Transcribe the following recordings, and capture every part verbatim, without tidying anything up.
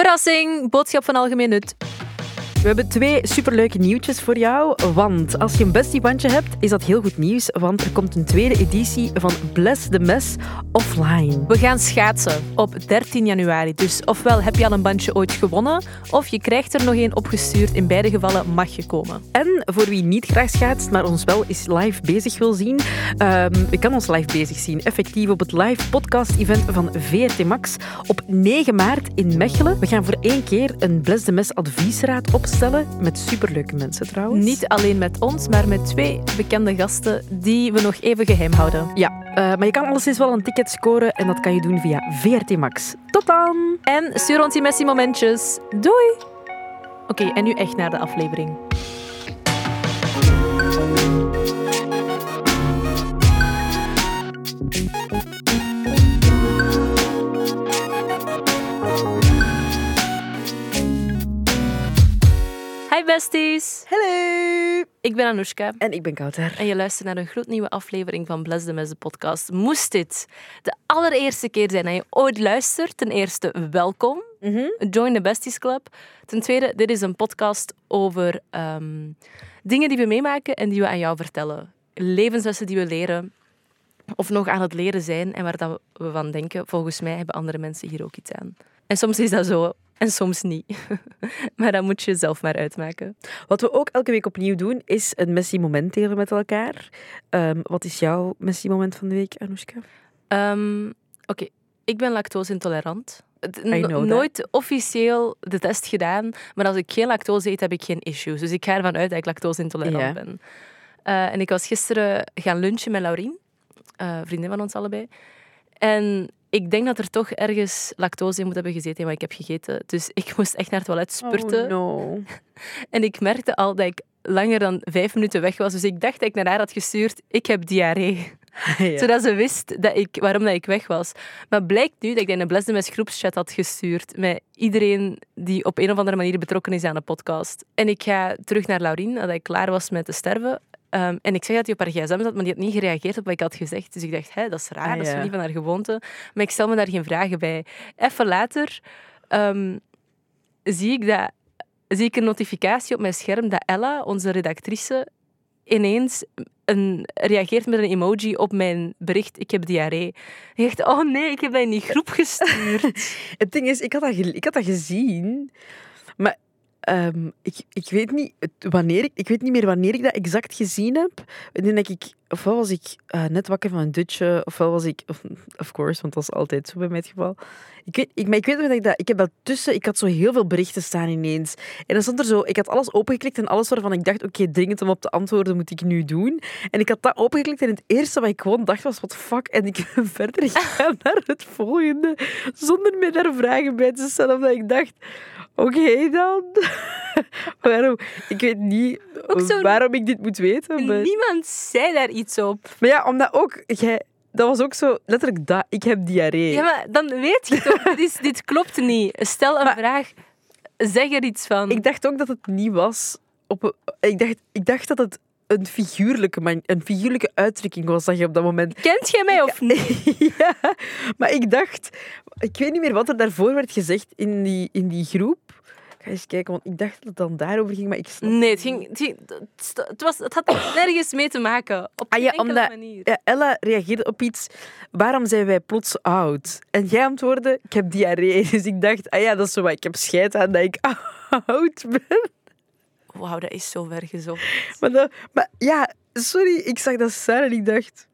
Verrassing, boodschap van algemeen nut. We hebben twee superleuke nieuwtjes voor jou. Want als je een bestiebandje hebt, is dat heel goed nieuws. Want er komt een tweede editie van Bless the Mess offline. We gaan schaatsen op dertien januari. Dus ofwel heb je al een bandje ooit gewonnen, of je krijgt er nog één opgestuurd. In beide gevallen mag je komen. En voor wie niet graag schaatst, maar ons wel eens live bezig wil zien, um, je kan ons live bezig zien. Effectief op het live podcast-event van V R T Max op negen maart in Mechelen. We gaan voor één keer een Bless the Mess adviesraad opstellen. Met superleuke mensen trouwens. Niet alleen met ons, maar met twee bekende gasten die we nog even geheim houden. Ja, uh, maar je kan alleszins wel een ticket scoren en dat kan je doen via V R T Max. Tot dan! En stuur ons die Messi-momentjes. Doei! Oké, okay, en nu echt naar de aflevering. Hi besties! Hallo! Ik ben Anoushka. En ik ben Kouter. En je luistert naar een gloednieuwe aflevering van Bless the Mess, de podcast. Moest dit de allereerste keer zijn dat je ooit luistert, ten eerste welkom. Mm-hmm. Join the Besties Club. Ten tweede, dit is een podcast over um, dingen die we meemaken en die we aan jou vertellen. Levenslessen die we leren of nog aan het leren zijn en waar dat we van denken, volgens mij hebben andere mensen hier ook iets aan. En soms is dat zo. En soms niet. Maar dat moet je zelf maar uitmaken. Wat we ook elke week opnieuw doen, is een Messi-moment delen met elkaar. Um, wat is jouw Messi-moment van de week, Anoushka? Um, Oké, okay. Ik ben lactose-intolerant. No- nooit officieel de test gedaan, maar als ik geen lactose eet, heb ik geen issues. Dus ik ga ervan uit dat ik lactose-intolerant ja. ben. Uh, en ik was gisteren gaan lunchen met Laurien, uh, vriendin van ons allebei. En ik denk dat er toch ergens lactose in moet hebben gezeten in wat ik heb gegeten. Dus ik moest echt naar het toilet spurten. Oh no. En ik merkte al dat ik langer dan vijf minuten weg was. Dus ik dacht dat ik naar haar had gestuurd, ik heb diarree. Ja. Zodat ze wist dat ik, waarom dat ik weg was. Maar blijkt nu dat ik dat in een Bless the Mess groepschat had gestuurd. Met iedereen die op een of andere manier betrokken is aan de podcast. En ik ga terug naar Laurien, nadat ik klaar was met te sterven. Um, en ik zeg dat hij op haar gsm zat, maar die had niet gereageerd op wat ik had gezegd. Dus ik dacht, hé, dat is raar, ah, dat is ja. niet van haar gewoonte. Maar ik stel me daar geen vragen bij. Even later um, zie, ik dat, zie ik een notificatie op mijn scherm dat Ella, onze redactrice, ineens een, reageert met een emoji op mijn bericht, ik heb diarree. En ik dacht, oh nee, ik heb dat in die groep gestuurd. Het ding is, ik had dat, ge- ik had dat gezien, maar Um, ik, ik weet niet wanneer ik, ik weet niet meer wanneer ik dat exact gezien heb. Ik denk dat ik, ofwel was ik uh, net wakker van een dutje, ofwel was ik, of, of course, want dat is altijd zo bij mij het geval. Ik weet, ik, maar ik weet nog dat ik dat, ik heb dat tussen, ik had zo heel veel berichten staan ineens. En dan stond er zo, ik had alles opengeklikt en alles waarvan ik dacht, oké, okay, dringend om op te antwoorden moet ik nu doen. En ik had dat opengeklikt en het eerste wat ik gewoon dacht was, what fuck, en ik ben verder gegaan naar het volgende, zonder me daar vragen bij te stellen, omdat ik dacht, oké okay, dan. waarom? Ik weet niet zo, waarom ik dit moet weten. Maar... Niemand zei daar iets op. Maar ja, omdat ook... Jij, dat was ook zo letterlijk dat. Ik heb diarree. Ja, maar dan weet je toch, dit, is, dit klopt niet. Stel een maar, vraag, zeg er iets van. Ik dacht ook dat het niet was... Op, ik, dacht, ik dacht dat het een figuurlijke, man, een figuurlijke uitdrukking was dat je op dat moment... Kent jij mij of niet? Ja, maar ik dacht... Ik weet niet meer wat er daarvoor werd gezegd in die, in die groep. Ga eens kijken, want ik dacht dat het dan daarover ging, maar ik snap Nee, het, ging, het, ging, het, was, het had nergens mee te maken. Op ah, ja, enkele omdat, manier. Ja, Ella reageerde op iets. Waarom zijn wij plots oud? En jij antwoordde, ik heb diarree. Dus ik dacht, ah ja, dat is zo wat. Ik heb scheid aan dat ik oud ben. Wauw, dat is zo ver gezocht. Maar, dat, maar ja, sorry, ik zag dat staan en ik dacht...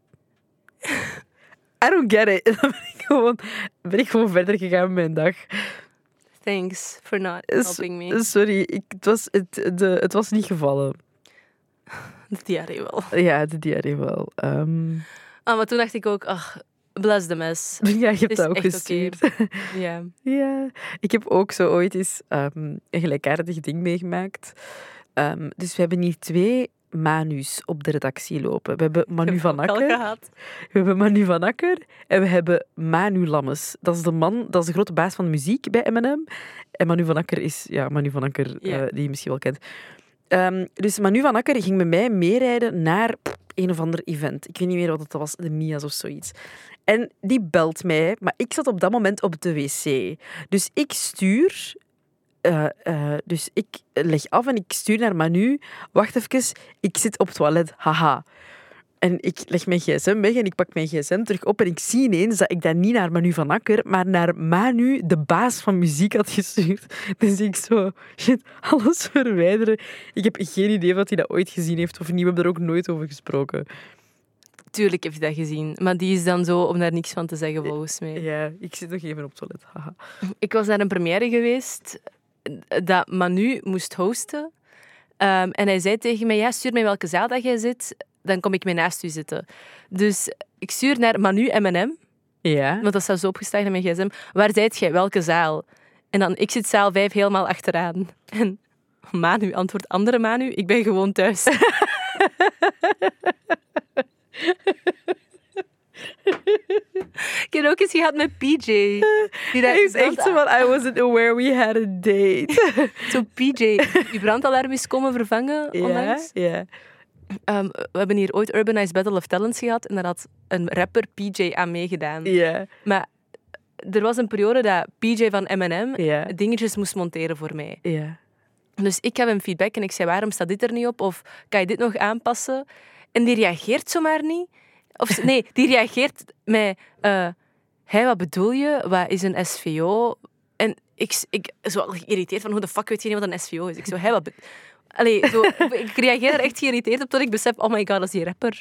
I don't get it. En dan ben ik gewoon, ben ik gewoon verder gegaan met mijn dag. Thanks for not helping me. Sorry, ik, het, was, het, de, het was niet gevallen. De diarree wel. Ja, de diarree wel. Um... Ah, maar toen dacht ik ook, ach, bless the mess. Ja, je hebt dat ook gestuurd. Okay. Ja. Ja, ik heb ook zo ooit eens um, een gelijkaardig ding meegemaakt. Um, dus we hebben hier twee Manu's op de redactie lopen. We hebben Manu van Akker. Gehad. We hebben Manu van Akker en we hebben Manu Lammes. Dat is de man, dat is de grote baas van de muziek bij M en M. En Manu van Akker is, ja, Manu van Akker, ja. uh, die je misschien wel kent. Um, dus Manu van Akker ging met mij meerijden naar pff, een of ander event. Ik weet niet meer wat het was, de Mia's of zoiets. En die belt mij, maar ik zat op dat moment op de wc. Dus ik stuur... Uh, uh, dus ik leg af en ik stuur naar Manu. Wacht even, ik zit op het toilet, haha. En ik leg mijn gsm weg en ik pak mijn gsm terug op en ik zie ineens dat ik dat niet naar Manu van Akker, maar naar Manu, de baas van muziek, had gestuurd. Dus ik zo, shit, alles verwijderen. Ik heb geen idee of hij dat ooit gezien heeft of niet. We hebben er ook nooit over gesproken. Tuurlijk heb je dat gezien. Maar die is dan zo om daar niks van te zeggen, volgens mij. Ja, ik zit nog even op het toilet, haha. Ik was naar een première geweest dat Manu moest hosten. Um, en hij zei tegen mij, ja, stuur mij welke zaal dat jij zit, dan kom ik mee naast u zitten. Dus ik stuur naar Manu M en M, ja. want dat staat zo opgeslagen in mijn gsm. Waar zijt jij? Welke zaal? En dan, ik zit zaal vijf helemaal achteraan. En Manu antwoordt, andere Manu, ik ben gewoon thuis. Ik heb ook eens gehad met P J. Die Hij is echt zo van, I wasn't aware we had a date. Zo P J, uw brandalarm is komen vervangen onlangs. Ja, ja. Um, we hebben hier ooit Urbanized Battle of Talents gehad en daar had een rapper P J aan meegedaan. Ja. Maar er was een periode dat P J van M en M Ja. dingetjes moest monteren voor mij. Ja. Dus ik gaf hem feedback en ik zei, waarom staat dit er niet op? Of kan je dit nog aanpassen? En die reageert zomaar niet. Of nee, die reageert met... Uh, hey, wat bedoel je? Wat is een S V O? En ik, ik zo geïrriteerd van, hoe de fuck weet je niet wat een S V O is? Ik zo, hey, wat... Be- Allee, zo, ik reageer er echt geïrriteerd op tot ik besef, oh my god, dat is die rapper.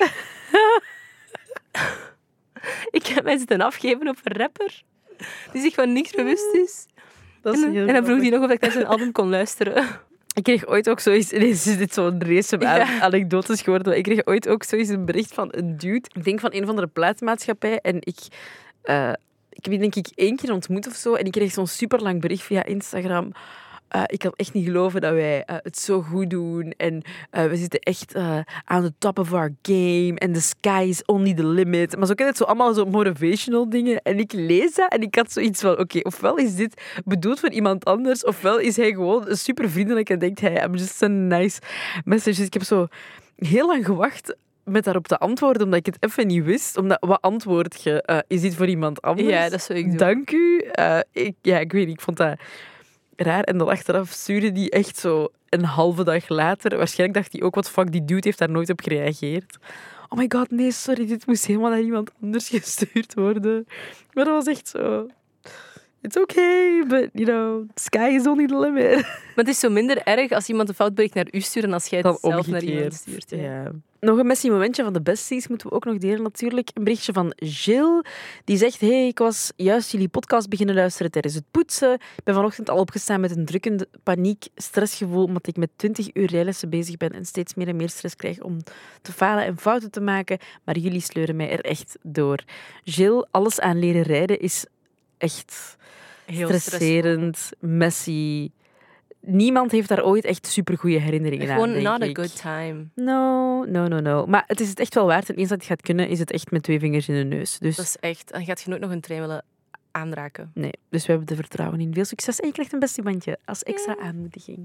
Ik heb mij zitten afgeven op een rapper die zich van niks bewust is. Dat is en, heel en dan vroeg grappig. hij nog of ik naar zijn album kon luisteren. Ik kreeg ooit ook zoiets... Ineens is dit zo'n race van Ja. anekdotes geworden. Maar ik kreeg ooit ook zoiets een bericht van een dude. Ik denk van een van de platenmaatschappij. En ik... Uh, ik heb die denk ik één keer ontmoet of zo. En ik kreeg zo'n superlang bericht via Instagram. Uh, ik kan echt niet geloven dat wij uh, het zo goed doen. En uh, we zitten echt uh, aan de top of our game. En the sky is only the limit. Maar zo ken het zo allemaal zo motivational dingen. En ik lees dat en ik had zoiets van... Oké, okay, ofwel is dit bedoeld voor iemand anders. Ofwel is hij gewoon super vriendelijk en denkt hij... I'm just a nice message. Dus ik heb zo heel lang gewacht met daarop te antwoorden, omdat ik het even niet wist. Omdat, wat antwoord je? Uh, is dit voor iemand anders? Ja, dat zou ik doen. Dank u. Uh, ik, ja, ik weet niet. Ik vond dat... raar. En dan achteraf stuurde die echt zo een halve dag later. Waarschijnlijk dacht hij ook, wat fuck, die dude heeft daar nooit op gereageerd. Oh my god, nee, sorry, dit moest helemaal naar iemand anders gestuurd worden. Maar dat was echt zo... It's okay, but, you know, the sky is only the limit. Maar het is zo minder erg als iemand een foutbericht naar u stuurt dan als jij het Dan zelf naar iemand omgekeerd. stuurt. Ja. Ja. Nog een messy momentje van de besties moeten we ook nog delen natuurlijk. Een berichtje van Gilles. Die zegt, hey, ik was juist jullie podcast beginnen luisteren tijdens het poetsen. Ik ben vanochtend al opgestaan met een drukkende paniek, stressgevoel, omdat ik met twintig uur rijlessen bezig ben en steeds meer en meer stress krijg om te falen en fouten te maken. Maar jullie sleuren mij er echt door. Gilles, alles aan leren rijden is echt... Heel stresserend, messy. Niemand heeft daar ooit echt supergoeie herinneringen aan, Gewoon denk not ik. a good time. No, no, no, no. Maar het is het echt wel waard. En eens dat je het gaat kunnen, is het echt met twee vingers in de neus. Dus... Dat is echt... Dan gaat je nooit nog een trein willen aanraken. Nee, dus we hebben er vertrouwen in. Veel succes en je krijgt een bestiebandje als extra ja. aanmoediging.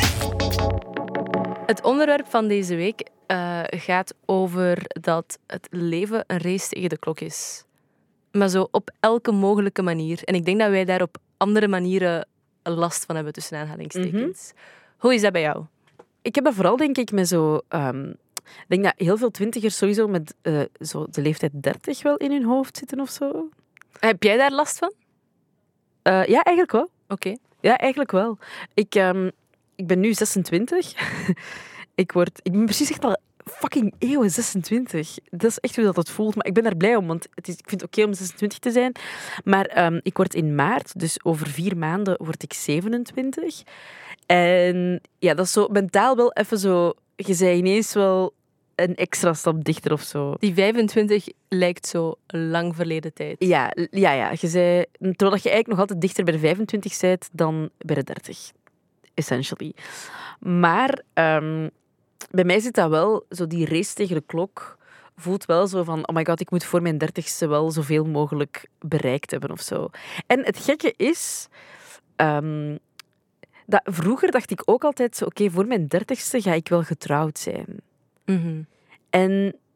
Het onderwerp van deze week uh, gaat over dat het leven een race tegen de klok is. Maar zo op elke mogelijke manier. En ik denk dat wij daar op andere manieren last van hebben, tussen aanhalingstekens. Mm-hmm. Hoe is dat bij jou? Ik heb dat vooral, denk ik, met zo... Um, ik denk dat heel veel twintigers sowieso met uh, zo de leeftijd dertig wel in hun hoofd zitten of zo. Heb jij daar last van? Uh, ja, eigenlijk wel. Oké. Okay. Ja, eigenlijk wel. Ik, um, ik ben nu zesentwintig. ik, word, ik ben precies echt al... fucking eeuwen zesentwintig. Dat is echt hoe dat het voelt. Maar ik ben daar blij om, want het is, ik vind het oké okay om zesentwintig te zijn. Maar um, ik word in maart, dus over vier maanden, word ik zevenentwintig. En ja, dat is zo mentaal wel even zo... Je zei ineens wel een extra stap dichter of zo. Die vijfentwintig lijkt zo lang verleden tijd. Ja, ja, ja. Je zei, terwijl je eigenlijk nog altijd dichter bij de vijfentwintig bent dan bij de dertig. Essentially. Maar... Um, bij mij zit dat wel, zo die race tegen de klok voelt wel zo van, oh my god, ik moet voor mijn dertigste wel zoveel mogelijk bereikt hebben of zo. En het gekke is, um, dat vroeger dacht ik ook altijd zo, oké, okay, voor mijn dertigste ga ik wel getrouwd zijn. Mm-hmm. En...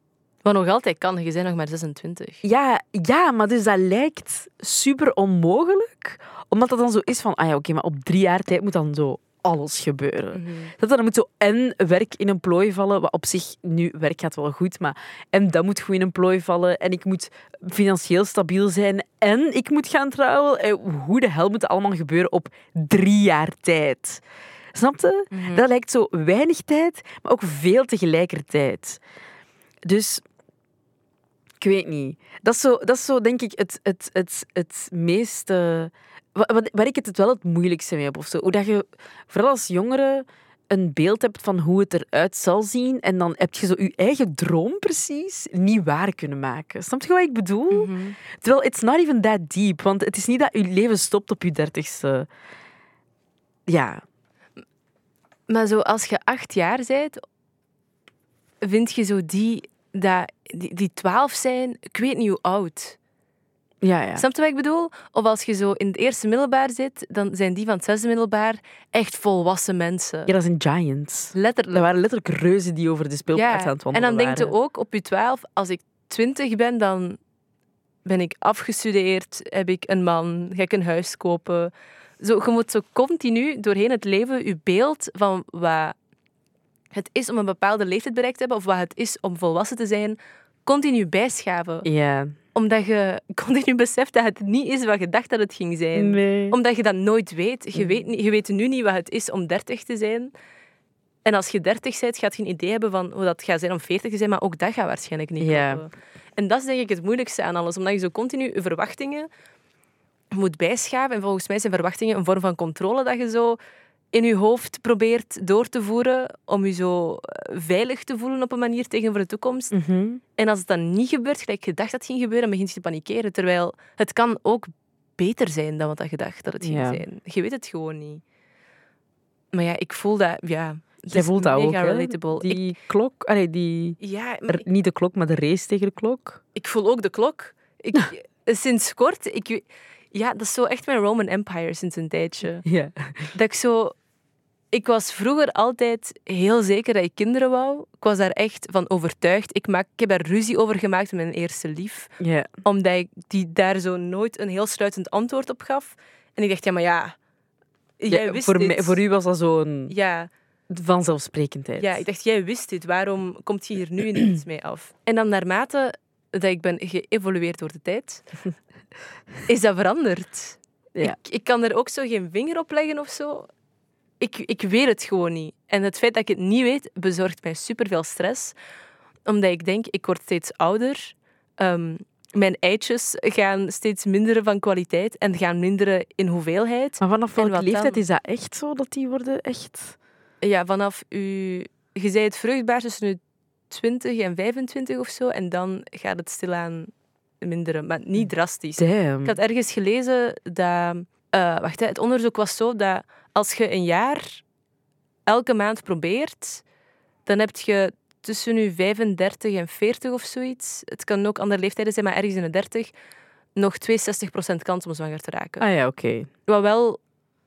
Maar nog altijd kan, je bent nog maar zesentwintig. Ja, ja, maar dus dat lijkt super onmogelijk. Omdat dat dan zo is van, ah ja, oké, maar op drie jaar tijd moet dan zo alles gebeuren. Mhm. Dat dan moet zo en werk in een plooi vallen, wat op zich, nu, werk gaat wel goed, maar en dat moet goed in een plooi vallen en ik moet financieel stabiel zijn en ik moet gaan trouwen. En hoe de hel moet dat allemaal gebeuren op drie jaar tijd? Snap je? Mhm. Dat lijkt zo weinig tijd, maar ook veel tegelijkertijd. Dus, ik weet niet. Dat is zo, dat is zo denk ik, het, het, het, het meeste... wa- wa- Waar ik het, het wel het moeilijkste mee heb. Of zo. Hoe dat je, vooral als jongere, een beeld hebt van hoe het eruit zal zien. En dan heb je zo je eigen droom precies niet waar kunnen maken. Snap je wat ik bedoel? Mhm. Terwijl, it's not even that deep. Want het is niet dat je leven stopt op je dertigste. Ja. Maar zo als je acht jaar bent, vind je zo die, dat, die, die twaalf zijn, ik weet niet hoe oud. Ja, ja. Snap je wat ik bedoel? Of als je zo in het eerste middelbaar zit, dan zijn die van het zesde middelbaar echt volwassen mensen. Ja, dat zijn giants. Letterlijk. Dat waren letterlijk reuzen die over de speelplaats aan het En wandelen dan denk je waren. ook, op je twaalf, als ik twintig ben, dan ben ik afgestudeerd, heb ik een man, ga ik een huis kopen. Zo, je moet zo continu doorheen het leven je beeld van wat het is om een bepaalde leeftijd bereikt te hebben of wat het is om volwassen te zijn, continu bijschaven. Ja. Omdat je continu beseft dat het niet is wat je dacht dat het ging zijn. Nee. Omdat je dat nooit weet. Je weet, niet, je weet nu niet wat het is om dertig te zijn. En als je dertig bent, gaat je een idee hebben van hoe dat gaat zijn om veertig te zijn, maar ook dat gaat waarschijnlijk niet Ja. kloppen. En dat is denk ik het moeilijkste aan alles. Omdat je zo continu je verwachtingen moet bijschaven. En volgens mij zijn verwachtingen een vorm van controle dat je zo in je hoofd probeert door te voeren om je zo eh, veilig te voelen op een manier tegenover de toekomst. Mhm. En als het dan niet gebeurt, gelijk je dacht dat het ging gebeuren, dan begint je te panikeren. Terwijl het kan ook beter zijn dan wat je dacht dat het ging Ja. zijn. Je weet het gewoon niet. Maar ja, ik voel dat... Ja, het Jij is voelt dat ook, mega hè? relatable. Die klok, allee, die... Ik, ja, maar er- niet de klok, maar de race tegen de klok. ik voel ook de klok. Ik, sinds kort... Ik, weet- ja, dat is zo echt mijn Roman Empire sinds een tijdje. Ja. Dat ik zo... Ik was vroeger altijd heel zeker dat ik kinderen wou. Ik was daar echt van overtuigd. Ik, maak, ik heb daar ruzie over gemaakt met mijn eerste lief. Ja. Omdat ik die daar zo nooit een heel sluitend antwoord op gaf. En ik dacht, ja, maar ja... Jij Ja, wist voor, dit. mij, voor u was dat zo'n Ja, vanzelfsprekendheid. ja, ik dacht, jij wist dit. Waarom komt je hier nu ineens mee af? En dan naarmate dat ik ben geëvolueerd door de tijd, is dat veranderd. Ja. Ik, ik kan er ook zo geen vinger op leggen of zo. Ik, ik weet het gewoon niet. En het feit dat ik het niet weet, bezorgt mij superveel stress. Omdat ik denk, ik word steeds ouder. Ehm, mijn eitjes gaan steeds minderen van kwaliteit en gaan minderen in hoeveelheid. Maar vanaf En welke wat leeftijd dan? is dat echt zo, dat die worden echt... Ja, vanaf u... Je zei het vruchtbaar tussen je twintig en vijfentwintig of zo. En dan gaat het stilaan minderen. Maar niet drastisch. Damn. Ik had ergens gelezen dat... eh, wacht, hè, het onderzoek was zo dat als je een jaar elke maand probeert, dan heb je tussen je vijfendertig en veertig of zoiets, het kan ook andere leeftijden zijn, maar ergens in de dertig, nog tweeënzestig procent kans om zwanger te raken. Ah ja, oké. Wat wel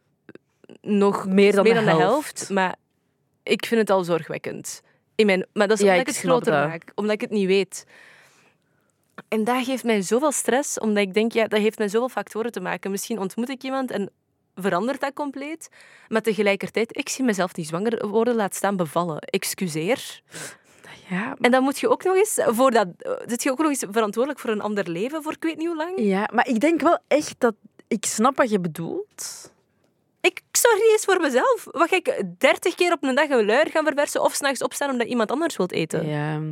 nog Meer dan meer de dan de helft. helft, maar ik vind het al zorgwekkend. In mijn, maar dat is Ja, omdat ik ik het snap groter dat. maak, omdat ik het niet weet. En dat geeft mij zoveel stress, omdat ik denk, ja, dat heeft met zoveel factoren te maken. Misschien ontmoet ik iemand en verandert dat compleet. Maar tegelijkertijd, ik zie mezelf niet zwanger worden, laat staan bevallen. Excuseer. Ja, En dan moet je ook nog eens, voor dat, zit je ook nog eens verantwoordelijk voor een ander leven, voor ik weet niet hoe lang. ja, maar ik denk wel echt dat... Ik snap wat je bedoelt. Ik zorg niet eens voor mezelf. Wat ga ik dertig keer op een dag een luier gaan verversen of s'nachts opstaan omdat iemand anders wilt eten? Ja.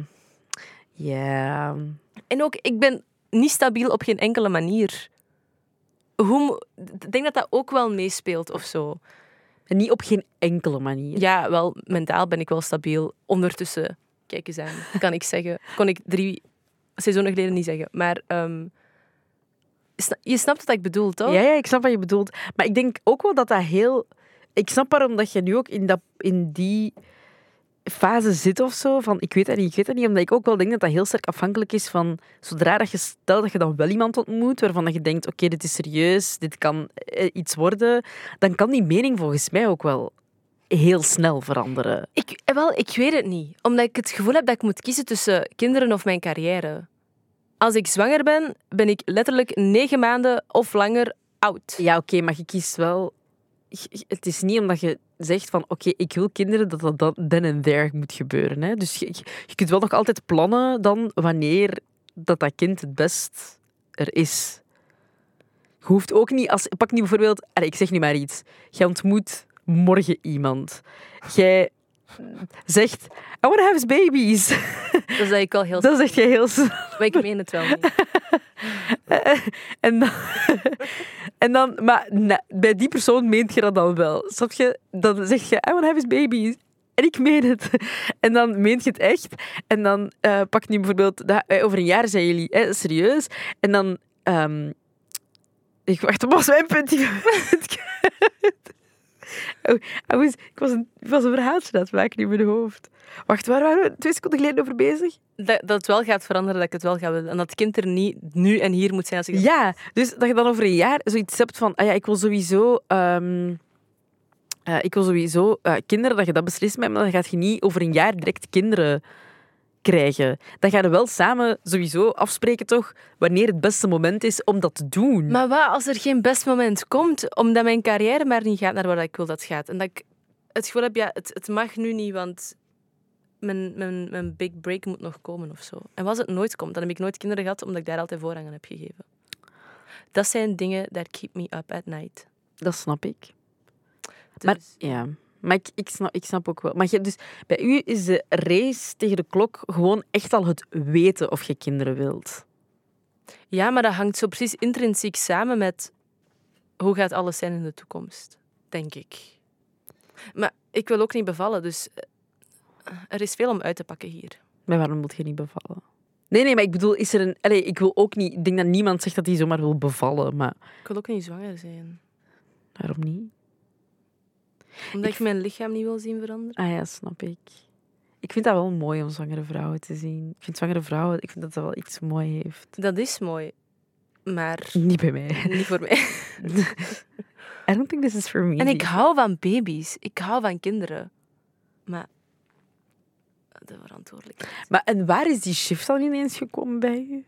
Ja. En ook, ik ben niet stabiel op geen enkele manier. Hoe, mo- ik denk dat dat ook wel meespeelt of zo. En niet op geen enkele manier. Ja, wel, mentaal ben ik wel stabiel. Ondertussen, kijk eens aan, kan ik zeggen. Kon ik drie seizoenen geleden niet zeggen. Maar ehm, sna- je snapt wat ik bedoel, toch? Ja, ja, ik snap wat je bedoelt. Maar ik denk ook wel dat dat heel... Ik snap waarom dat je nu ook in, dat, in die fase zit of zo. Van, ik weet dat niet, ik weet dat niet. Omdat ik ook wel denk dat dat heel sterk afhankelijk is van... Zodra dat je stelt dat je dan wel iemand ontmoet, waarvan dat je denkt, oké, dit is serieus, dit kan eh, iets worden, dan kan die mening volgens mij ook wel heel snel veranderen? Ik, wel, ik weet het niet. Omdat ik het gevoel heb dat ik moet kiezen tussen kinderen of mijn carrière. Als ik zwanger ben, ben ik letterlijk negen maanden of langer oud. Ja, oké, okay, maar je kiest wel... Het is niet omdat je zegt van, oké, okay, ik wil kinderen, dat dat dan then and there moet gebeuren. Hè? Dus je, je kunt wel nog altijd plannen dan wanneer dat, dat kind het best er is. Je hoeft ook niet... Als, pak nu bijvoorbeeld... Allez, ik zeg nu maar iets. Je ontmoet morgen iemand. Jij zegt... I want to have babies. Dat zeg ik al heel snel. Dat zeg jij heel snel. Maar ik meen het wel niet. en dan... En dan, maar na, bij die persoon meent je dat dan wel. Snap je? Dan zeg je, I want to have babies. En ik meen het. En dan meent je het echt. En dan uh, pak nu bijvoorbeeld... Dat, over een jaar zijn jullie hè, serieus. En dan... Um, ik wacht, wat was mijn punt? oh, I was, ik, was een, ik was een verhaaltje aan het maken in mijn hoofd. Wacht, waar waren we twee seconden geleden over bezig? Dat, dat het wel gaat veranderen, dat ik het wel ga willen. En dat het kind er niet nu en hier moet zijn. Als ik ja, dus dat je dan over een jaar zoiets hebt van... Ah ja, ik wil sowieso... Um, uh, ik wil sowieso uh, kinderen, dat je dat beslist met me. Dan gaat je niet over een jaar direct kinderen krijgen. Dan ga je wel samen sowieso afspreken toch wanneer het beste moment is om dat te doen. Maar wat als er geen best moment komt, omdat mijn carrière maar niet gaat naar waar ik wil dat het gaat? En dat ik het gevoel heb, ja, het, het mag nu niet, want... Mijn, mijn, mijn big break moet nog komen of zo. En als het nooit komt, dan heb ik nooit kinderen gehad, omdat ik daar altijd voorrang aan heb gegeven. Dat zijn dingen that keep me up at night. Dat snap ik. Dus, maar ja, maar ik, ik, snap, ik snap ook wel. Maar je, dus, bij u is de race tegen de klok gewoon echt al het weten of je kinderen wilt. Ja, maar dat hangt zo precies intrinsiek samen met hoe gaat alles zijn in de toekomst, denk ik. Maar ik wil ook niet bevallen, dus... Er is veel om uit te pakken hier. Maar waarom moet je niet bevallen? Nee, nee, maar ik bedoel, is er een... Allez, ik wil ook niet... Ik denk dat niemand zegt dat hij zomaar wil bevallen, maar... Ik wil ook niet zwanger zijn. Waarom niet? Omdat ik, ik mijn lichaam niet wil zien veranderen. Ah ja, snap ik. Ik vind dat wel mooi om zwangere vrouwen te zien. Ik vind zwangere vrouwen... Ik vind dat dat wel iets mooi heeft. Dat is mooi. Maar... Niet bij mij. Niet voor mij. I don't think this is for me. En ik hou van baby's. Ik hou van kinderen. Maar... de verantwoordelijkheid. Maar en waar is die shift dan ineens gekomen bij u?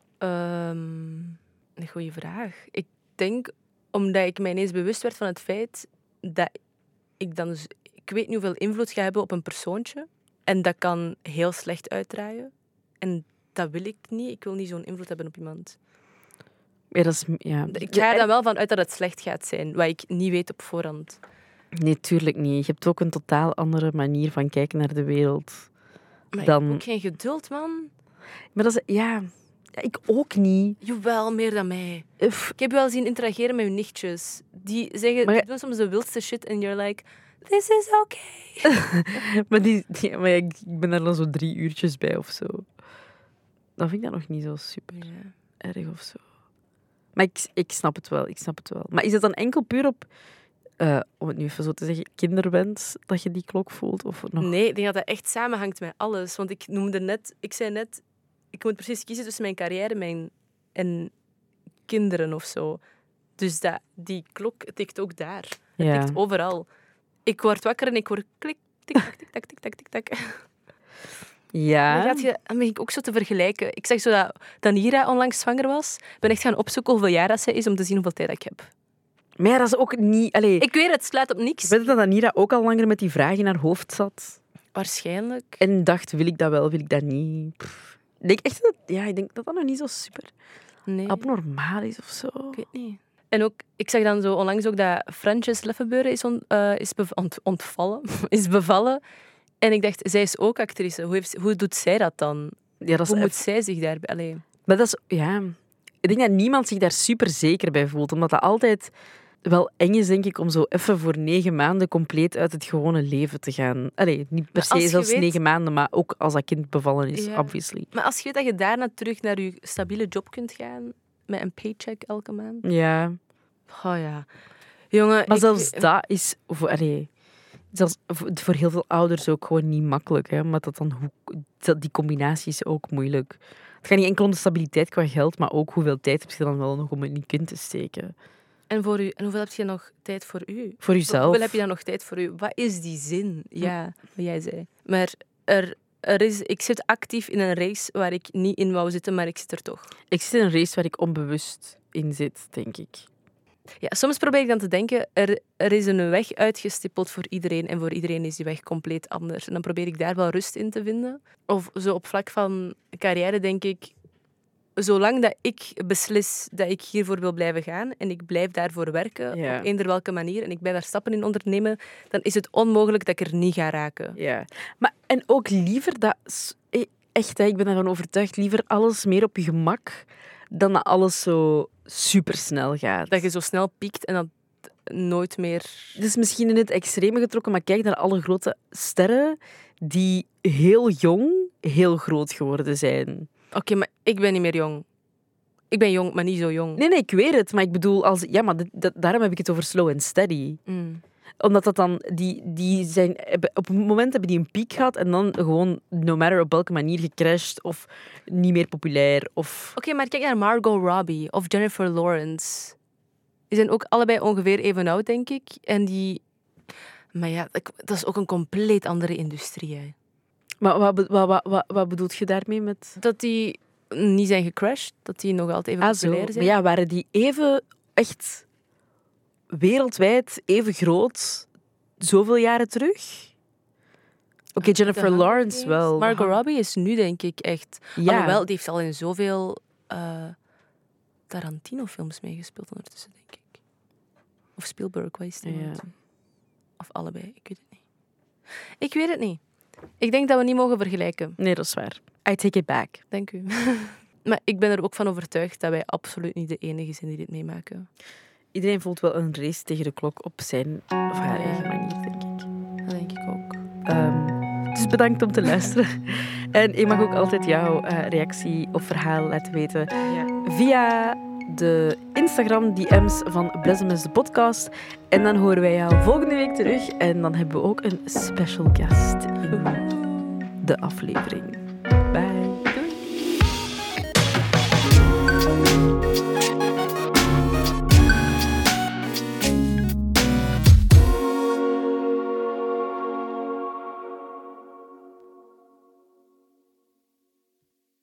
Um, een goede vraag. Ik denk omdat ik mij ineens bewust werd van het feit dat ik dan dus... Ik weet niet hoeveel invloed ga hebben op een persoontje. En dat kan heel slecht uitdraaien. En dat wil ik niet. Ik wil niet zo'n invloed hebben op iemand. Ja, dat is, ja. Ik ga er dan wel van uit dat het slecht gaat zijn. Wat ik niet weet op voorhand. Nee, tuurlijk niet. Je hebt ook een totaal andere manier van kijken naar de wereld. Maar dan... ik heb ook geen geduld, man. Maar dat is... Ja, ja ik ook niet. Jawel, meer dan mij. Uff. Ik heb je wel zien interageren met je nichtjes. Die zeggen, maar... die doen soms de wildste shit en you're like, this is okay. maar die, die, maar ik ben er dan zo drie uurtjes bij of zo. Dan vind ik dat nog niet zo super ja. erg of zo. Maar ik, ik snap het wel, ik snap het wel. Maar is het dan enkel puur op... Uh, om het nu even zo te zeggen, kinderwens, dat je die klok voelt? Of nog? Nee, ik denk dat dat echt samenhangt met alles. Want ik noemde net, ik zei net, ik moet precies kiezen tussen mijn carrière mijn, en kinderen of zo. Dus dat, die klok tikt ook daar. Het ja. tikt overal. Ik word wakker en ik hoor klik, tik, tak, tik, tak, tik, tak, tik, tak. Ja. Dan, gaat je, dan ben ik ook zo te vergelijken. Ik zeg zo dat Danira onlangs zwanger was. Ik ben echt gaan opzoeken hoeveel jaar dat zij is om te zien hoeveel tijd ik heb. Maar ja, dat is ook niet... Allee, ik weet het, sluit op niks. Ik weet dat Anira ook al langer met die vraag in haar hoofd zat. Waarschijnlijk. En dacht, wil ik dat wel, wil ik dat niet? Pff. Ik denk echt dat, ja, ik denk dat dat nog niet zo super nee. abnormaal is of zo. Ik weet niet. En ook, ik zag dan zo onlangs ook dat Frances Leffenbeuren is, on, uh, is bev- ont, ontvallen. is bevallen. En ik dacht, zij is ook actrice. Hoe, heeft, hoe doet zij dat dan? Ja, dat hoe is moet eff... zij zich daarbij... Allee. Maar dat is... Ja... Ik denk dat niemand zich daar super zeker bij voelt. Omdat dat altijd wel eng is, denk ik, om zo even voor negen maanden compleet uit het gewone leven te gaan. Allee, niet per se zelfs weet... negen maanden, maar ook als dat kind bevallen is, ja. obviously. Maar als je weet dat je daarna terug naar je stabiele job kunt gaan, met een paycheck elke maand. Ja. Oh ja. Jongen... Maar ik... zelfs dat is... Voor, allee, zelfs voor heel veel ouders ook gewoon niet makkelijk. Hè? Maar dat dan, dat, die combinatie is ook moeilijk. Het gaat niet enkel om de stabiliteit qua geld, maar ook hoeveel tijd heb je dan wel nog om in je kind te steken. En, voor u, en hoeveel heb je nog tijd voor u? Voor jezelf. Hoeveel heb je dan nog tijd voor u? Wat is die zin? Ja, wat jij zei. Maar er, er is, ik zit actief in een race waar ik niet in wou zitten, maar ik zit er toch. Ik zit in een race waar ik onbewust in zit, denk ik. Ja, soms probeer ik dan te denken, er, er is een weg uitgestippeld voor iedereen en voor iedereen is die weg compleet anders. En dan probeer ik daar wel rust in te vinden. Of zo op vlak van carrière denk ik, zolang dat ik beslis dat ik hiervoor wil blijven gaan en ik blijf daarvoor werken, Ja. op eender welke manier, en ik blijf daar stappen in ondernemen, dan is het onmogelijk dat ik er niet ga raken. Ja. Maar, en ook liever dat... Echt, hè, ik ben ervan overtuigd, liever alles meer op je gemak dan dat alles zo supersnel gaat. Dat je zo snel piekt en dat nooit meer... Het is misschien in het extreme getrokken, maar kijk naar alle grote sterren die heel jong heel groot geworden zijn. Oké, okay, maar ik ben niet meer jong. Ik ben jong, maar niet zo jong. Nee, nee, ik weet het. Maar ik bedoel, als, ja, maar dit, dat, daarom heb ik het over slow and steady. Mm. Omdat dat dan, die, die zijn, op een moment hebben die een piek gehad en dan gewoon, no matter op welke manier, gecrashed of niet meer populair. Of... Oké, okay, maar kijk naar Margot Robbie of Jennifer Lawrence. Die zijn ook allebei ongeveer even oud, denk ik. En die... Maar ja, dat is ook een compleet andere industrie, hè. Maar wat, wat, wat, wat, wat bedoelt je daarmee met... Dat die niet zijn gecrashed, dat die nog altijd even ah, populair zo. zijn. Maar ja, waren die even echt wereldwijd even groot zoveel jaren terug? Oké, okay, Jennifer Lawrence wel. Margot Robbie is nu denk ik echt... Ja. Alhoewel, die heeft al in zoveel uh, Tarantino-films meegespeeld ondertussen, denk ik. Of Spielberg, wat is die? Ja. Of allebei, ik weet het niet. Ik weet het niet. Ik denk dat we niet mogen vergelijken. Nee, dat is waar. I take it back. Dank u. Maar ik ben er ook van overtuigd dat wij absoluut niet de enige zijn die dit meemaken. Iedereen voelt wel een race tegen de klok op zijn of haar eigen manier, denk ik. Dat denk ik ook. Um, dus bedankt om te luisteren. En je mag ook altijd jouw uh, reactie of verhaal laten weten ja. via de Instagram D M's van Blessemus de podcast. En dan horen wij jou volgende week terug. En dan hebben we ook een special guest in de aflevering.